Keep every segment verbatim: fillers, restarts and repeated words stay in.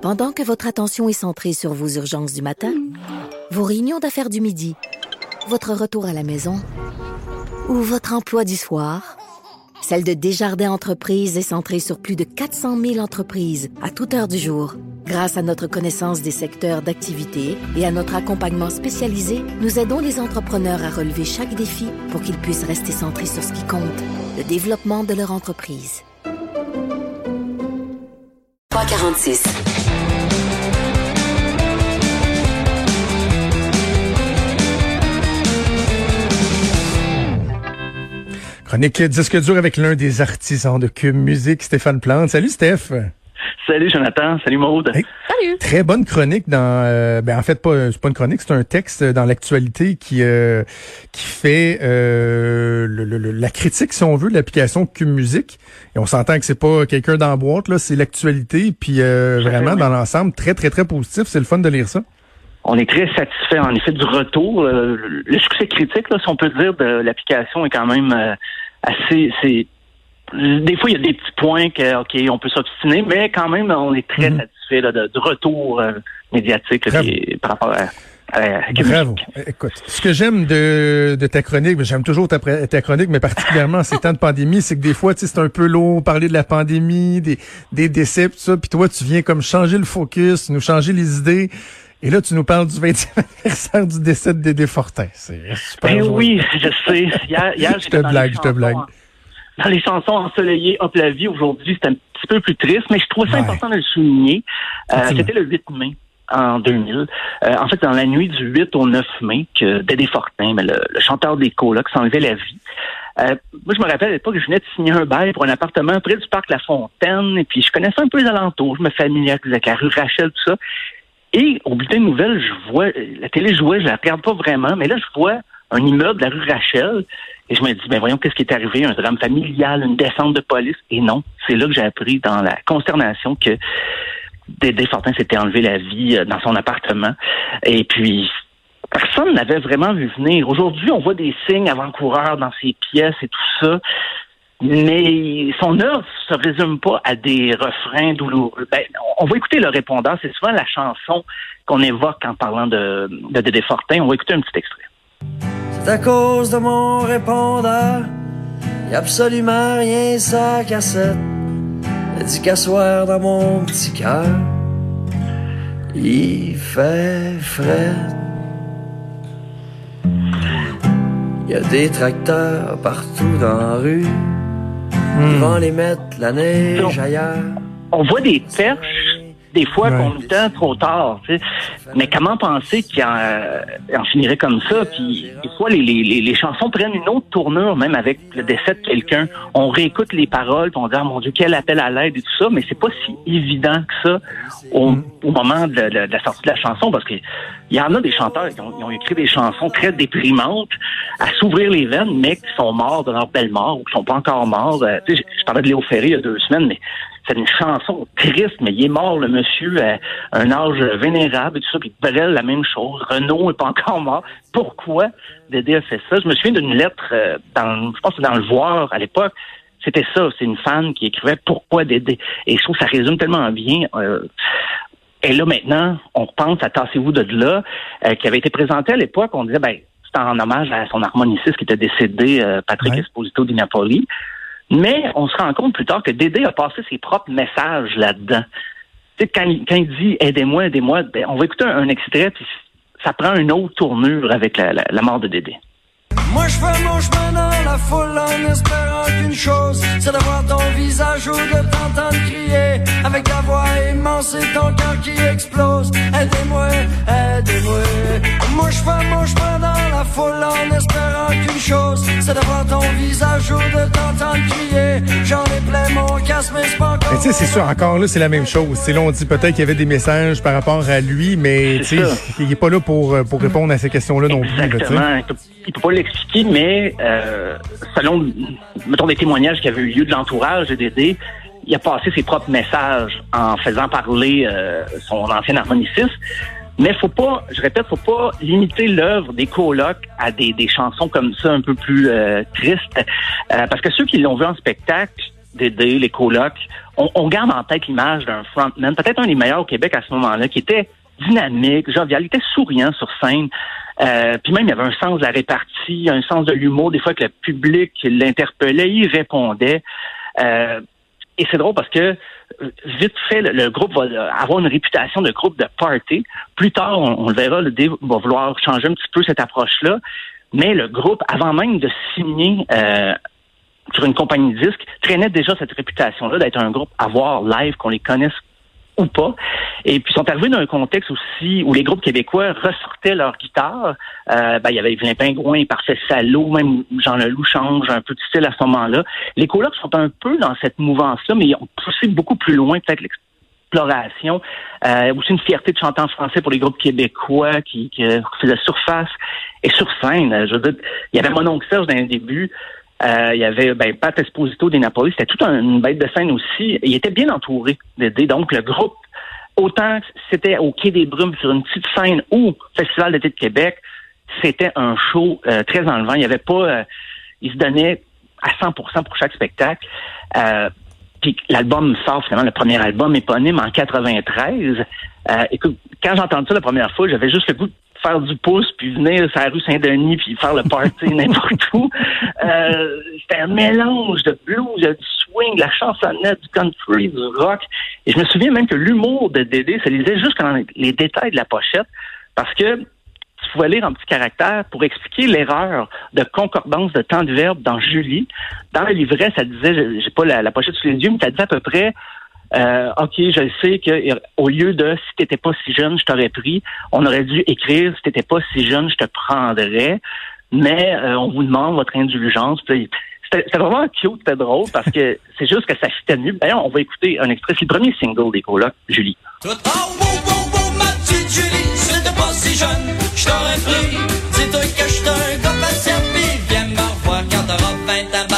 Pendant que votre attention est centrée sur vos urgences du matin, vos réunions d'affaires du midi, votre retour à la maison ou votre emploi du soir, celle de Desjardins Entreprises est centrée sur plus de quatre cent mille entreprises à toute heure du jour. Grâce à notre connaissance des secteurs d'activité et à notre accompagnement spécialisé, nous aidons les entrepreneurs à relever chaque défi pour qu'ils puissent rester centrés sur ce qui compte, le développement de leur entreprise. trois quarante-six. Chronique disque dur avec l'un des artisans de Cube Musique, Stéphane Plante. Salut Steph. Salut Jonathan, salut Maude. Hey, salut. Très bonne chronique dans, euh, ben en fait pas, c'est pas une chronique, c'est un texte dans l'actualité qui euh, qui fait euh, le, le, la critique, si on veut, de l'application Cube Musique. Et on s'entend que c'est pas quelqu'un dans la boîte là, c'est l'actualité. Puis euh, vraiment dans l'ensemble très très très positif. C'est le fun de lire ça. On est très satisfait en effet du retour. Euh, le succès critique, là, si on peut dire, de l'application est quand même euh, assez. C'est des fois il y a des petits points que ok on peut s'obstiner, mais quand même on est très mm-hmm. satisfait là, de, du retour euh, médiatique là, qui, par rapport à. Bravo. Écoute, ce que j'aime de, de ta chronique, j'aime toujours ta, ta chronique, mais particulièrement en ces temps de pandémie, c'est que des fois, tu sais, c'est un peu lourd, parler de la pandémie, des, des décès, tout ça, puis toi, tu viens comme changer le focus, nous changer les idées. Et là, tu nous parles du vingtième anniversaire du décès de Dédé Fortin. C'est super. Ben oui, je sais. Hier, hier je te blague, je te blague. Dans les chansons ensoleillées, Hop la vie, aujourd'hui, c'est un petit peu plus triste, mais je trouve ça ouais. important de le souligner. Euh, c'était le huit mai. En deux mille. Euh, en fait, dans la nuit du huit au neuf mai, que Dédé Fortin, ben, le, le chanteur des Colocs, s'enlevait la vie. Euh, moi, je me rappelle à l'époque que je venais de signer un bail pour un appartement près du parc La Fontaine, et puis je connaissais un peu les alentours, je me familiarisais avec la rue Rachel, tout ça. Et au bulletin de nouvelles, je vois, la télé jouait, je la regarde pas vraiment, mais là, je vois un immeuble de la rue Rachel, et je me dis, ben voyons, qu'est-ce qui est arrivé? Un drame familial, une descente de police, et non, c'est là que j'ai appris dans la consternation que Dédé Fortin s'était enlevé la vie dans son appartement. Et puis, personne n'avait vraiment vu venir. Aujourd'hui, on voit des signes avant-coureurs dans ses pièces et tout ça. Mais son œuvre se résume pas à des refrains douloureux. Ben, on va écouter le répondant. C'est souvent la chanson qu'on évoque en parlant de, de Dédé Fortin. On va écouter un petit extrait. C'est à cause de mon répondeur. Y a absolument rien sans cassette. Elle dit qu'à soir dans mon petit cœur, il fait frais. Il y a des tracteurs partout dans la rue. Ils vont les mettre la neige Donc, ailleurs. On voit des perches, des fois ouais. qu'on nous tend trop tard. Tu sais. Mais comment penser qu'il en, euh, en finirait comme ça? Puis des fois, les, les, les chansons prennent une autre tournure, même avec le décès de quelqu'un. On réécoute les paroles, puis on dit, oh, mon Dieu, quel appel à l'aide et tout ça. Mais c'est pas si évident que ça au, au moment de, de, de la sortie de la chanson, parce que il y en a des chanteurs qui ont, qui ont écrit des chansons très déprimantes à s'ouvrir les veines, mais qui sont morts de leur belle mort ou qui sont pas encore morts. Euh, tu sais, je, je parlais de Léo Ferré il y a deux semaines, mais c'est une chanson triste, mais il est mort, le monsieur, à un âge vénérable et tout ça, puis Brel, la même chose. Renaud est pas encore mort. Pourquoi Dédé a fait ça? Je me souviens d'une lettre, euh, dans, je pense que c'est dans Le Voir, à l'époque. C'était ça, c'est une fan qui écrivait « Pourquoi Dédé ?» Et je trouve que ça résume tellement bien. Euh, et là, maintenant, on pense à « Tassez-vous de là euh, », qui avait été présenté à l'époque. On disait, ben, c'était en hommage à son harmoniciste qui était décédé, euh, Patrick ouais. Esposito di Napoli. Mais on se rend compte plus tard que Dédé a passé ses propres messages là-dedans. Tu sais, quand, quand il dit « Aidez-moi, aidez-moi », ben, on va écouter un, un extrait, puis ça prend une autre tournure avec la, la, la mort de Dédé. Moi je fais mon chemin dans la foule en espérant qu'une chose, c'est d'avoir ton visage ou de t'entendre crier avec ta voix immense et ton cœur qui explose. Aidez-moi, aidez-moi. Moi je fais mon chemin dans la foule en espérant qu'une chose, c'est d'avoir ton visage ou de t'entendre crier. J'en ai plein mon casque mais c'est pas encore... Mais tu sais, c'est sûr, encore là, c'est la même chose. C'est là, on dit peut-être qu'il y avait des messages par rapport à lui, mais tu sais, il est pas là pour, pour répondre à ces questions-là non plus. Exactement. Là, il peut, il peut pas l'expliquer, mais euh, selon, mettons, des témoignages qui avaient eu lieu de l'entourage de Dédé, il a passé ses propres messages en faisant parler euh, son ancien harmoniciste. Mais faut pas, je répète, faut pas limiter l'œuvre des Colocs à des, des chansons comme ça un peu plus euh, tristes, euh, parce que ceux qui l'ont vu en spectacle, Dédé, les colocs, on, on garde en tête l'image d'un frontman, peut-être un des meilleurs au Québec à ce moment-là, qui était dynamique, jovial, il était souriant sur scène. Euh, puis même, il y avait un sens de la répartie, un sens de l'humour. Des fois que le public l'interpellait, il répondait. Euh, et c'est drôle parce que, vite fait, le, le groupe va avoir une réputation de groupe de party. Plus tard, on, on le verra, le Dave va vouloir changer un petit peu cette approche-là. Mais le groupe, avant même de signer euh, sur une compagnie de disques, traînait déjà cette réputation-là d'être un groupe à voir live, qu'on les connaisse ou pas. Et puis, ils sont arrivés dans un contexte aussi où les groupes québécois ressortaient leur guitare. Euh, ben, il y avait Yvelin Pingouin, Parfait Salaud, même Jean Leloup change un peu de style à ce moment-là. Les colocs sont un peu dans cette mouvance-là, mais ils ont poussé beaucoup plus loin, peut-être l'exploration. Euh, aussi une fierté de chanter en français pour les groupes québécois qui, qui faisaient surface. Et sur scène, je veux dire, il y avait mon oncle Serge dans le début. Euh, il y avait ben, Pat Esposito des Napoli, c'était toute un, une bête de scène aussi. Il était bien entouré d'aider. Donc, le groupe, autant que c'était au Quai des Brumes sur une petite scène ou Festival d'été de Québec, c'était un show euh, très enlevant. Il y avait pas... Euh, il se donnait à cent pour cent pour chaque spectacle. Euh, puis l'album sort finalement, le premier album éponyme en quatre-vingt-treize. Euh, écoute, quand j'ai entendu ça la première fois, j'avais juste le goût de faire du pouce, puis venir sur la rue Saint-Denis, puis faire le party n'importe où. Euh, c'était un mélange de blues, du swing, de la chansonnette, du country, du rock. Et je me souviens même que l'humour de Dédé se lisait juste dans les détails de la pochette, parce que tu pouvais lire en petit caractère pour expliquer l'erreur de concordance de temps de verbe dans Julie. Dans le livret, ça disait, j'ai pas la, la pochette sous les yeux, mais ça disait à peu près Euh, OK, je sais que au lieu de si t'étais pas si jeune, je t'aurais pris, on aurait dû écrire si t'étais pas si jeune, je te prendrais. Mais euh, on vous demande votre indulgence. Puis, c'était, c'était vraiment cute, c'était drôle parce que c'est juste que ça fitait mieux. D'ailleurs, on va écouter un extrait, c'est le premier single des colocs, Julie. Oh, wow, wow, wow, ma petite Julie, si t'étais pas si jeune, je t'aurais pris. Dis-toi que je suis un gars patient, puis viens me revoir quand t'auras vingt ans.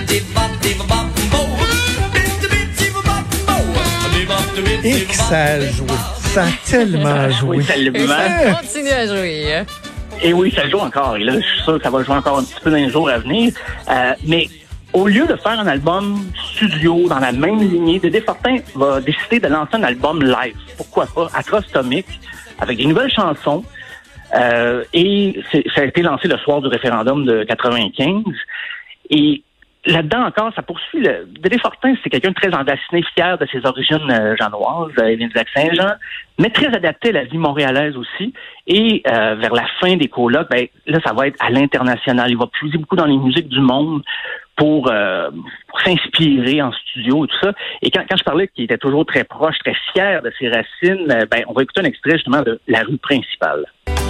Et que ça a joué. Ça a tellement joué. Ça continue à jouer. Et oui, ça joue encore. Et là, je suis sûr que ça va jouer encore un petit peu dans les jours à venir. Euh, mais au lieu de faire un album studio dans la même lignée, Dédé Fortin va décider de lancer un album live. Pourquoi pas? Acrostomique, avec des nouvelles chansons. Euh, et c'est, ça a été lancé le soir du référendum de quatre-vingt-quinze. Et là-dedans encore, ça poursuit. Le... Dédé Fortin, c'est quelqu'un de très enraciné, fier de ses origines euh, genoises, euh, il vient du Lac-Saint-Jean, mais très adapté à la vie montréalaise aussi. Et euh, vers la fin des colocs, ben là, ça va être à l'international. Il va puiser beaucoup dans les musiques du monde pour, euh, pour s'inspirer en studio et tout ça. Et quand, quand je parlais qu'il était toujours très proche, très fier de ses racines, euh, ben on va écouter un extrait justement de La rue principale.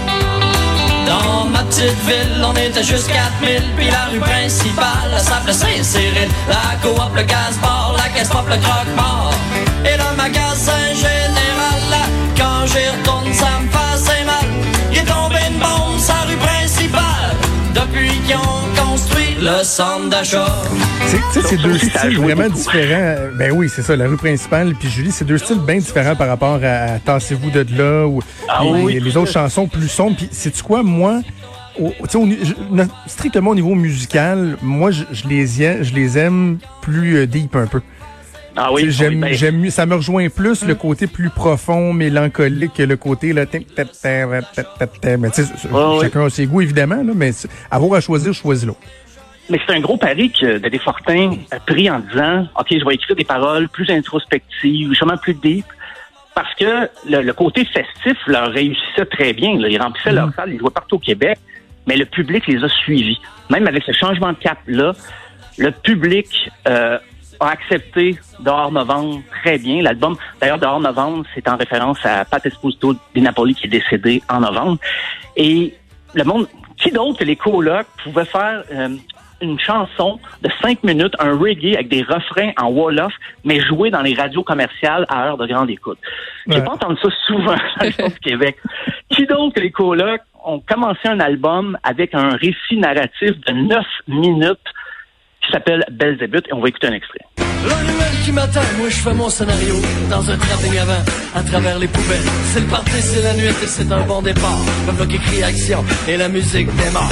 Dans ma petite ville, on était juste quatre mille, puis la rue principale s'appelait Saint-Cyril. La coop, le gaz-bar, la caisse pop, le croque-mort. Et le magasin général, là, quand j'y retourne, ça me fait assez mal. Il est tombé une bombe, sa rue principale, depuis qu'ils ont construit le centre d'achat. Tu sais, c'est deux styles vraiment différents. Ben oui, c'est ça, la rue principale puis Julie, c'est deux styles bien différents par rapport à, à Tassez-vous de là ou ah, les, oui. les autres chansons plus sombres. Puis sais-tu quoi, moi, au, au, je, strictement au niveau musical, moi, je, je les aime, je les aime plus euh, deep un peu. Ah oui, j'aime, oui, ben... j'aime mieux, ça me rejoint plus hum. le côté plus profond, mélancolique que le côté là. Mais tu sais, oh, chacun oui. a ses goûts évidemment là, mais avoir à choisir, je choisis l'autre. Mais c'est un gros pari que Dédé Fortin a pris en disant, OK, je vais écrire des paroles plus introspectives, justement plus deep, parce que le, le côté festif leur réussissait très bien. Là. Ils remplissaient mmh. leur salle, ils jouaient partout au Québec, mais le public les a suivis. Même avec ce changement de cap-là, le public euh, a accepté Dehors Novembre très bien. L'album, d'ailleurs, Dehors Novembre, c'est en référence à Pat Esposito des Napoli qui est décédé en novembre. Et le monde, qui d'autre que les colocs pouvaient faire... Euh, une chanson de cinq minutes, un reggae avec des refrains en wolof, mais joué dans les radios commerciales à heure de grande écoute. Ouais. J'ai pas entendu ça souvent dans le du Québec. Qui d'autre que les colocs ont commencé un album avec un récit narratif de neuf minutes qui s'appelle Belzébuth, et on va écouter un extrait. La nouvelle qui m'attend, moi je fais mon scénario dans un trapping avant, à travers les poubelles. C'est le party, c'est la nuit et c'est un bon départ. Le bloc écrit action et la musique démarre.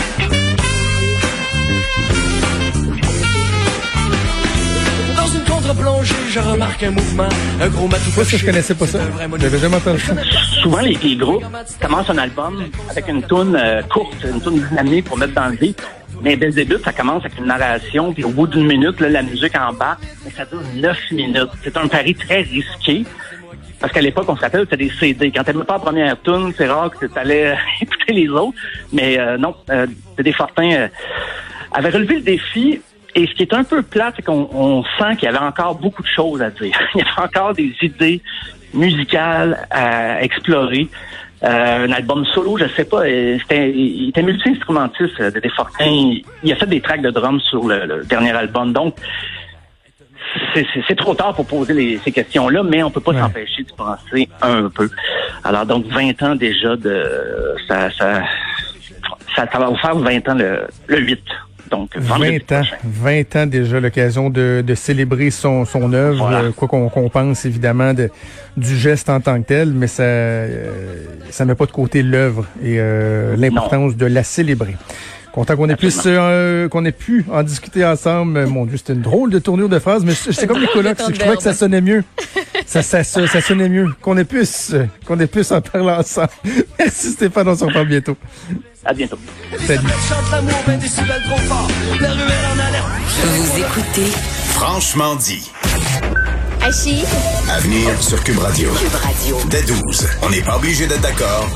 contre-plongée, je remarque un mouvement, un gros matou. Moi, ça, je connaissais pas ça. J'avais jamais entendu ça. Souvent, les, les groupes commencent un album avec une toune euh, courte, une toune dynamique pour mettre dans le beat. Mais dès le début, ça commence avec une narration, puis au bout d'une minute, là, la musique en bas, mais ça dure neuf minutes. C'est un pari très risqué. Parce qu'à l'époque, on se rappelle, c'était des C D. Quand t'aimais pas la première tune, c'est rare que t'allais écouter les autres. Mais euh, non, euh, Dédé Fortin euh, avait relevé le défi. Et ce qui est un peu plate, c'est qu'on on sent qu'il y avait encore beaucoup de choses à dire. Il y avait encore des idées musicales à explorer. Euh, un album solo, je sais pas, c'était, il était multi-instrumentiste, Dédé Fortin. Il, il a fait des tracks de drums sur le, le dernier album. Donc, c'est, c'est, c'est trop tard pour poser les, ces questions-là, mais on peut pas ouais. s'empêcher de penser un peu. Alors, donc, vingt ans déjà de... Ça, ça, ça, ça va vous faire vingt ans le, le huit. Donc, vingt ans, vingt ans déjà, l'occasion de, de célébrer son, son œuvre, voilà. Quoi qu'on, qu'on pense évidemment de, du geste en tant que tel, mais ça euh, ça met pas de côté l'œuvre et euh, l'importance non. de la célébrer. Content qu'on ait plus euh, qu'on ait pu en discuter ensemble. Mon Dieu, c'était une drôle de tournure de phrase, mais c'est comme les colocs, je trouvais que ça sonnait mieux. Ça, ça, ça, ça sonnait mieux. Qu'on ait plus, qu'on ait plus en parler ensemble. Merci Stéphane, on se reparle bientôt. À bientôt. Salut. Vous écoutez Franchement dit. Achille. À venir sur Cube Radio. Cube Radio. Dès douze. On n'est pas obligé d'être d'accord,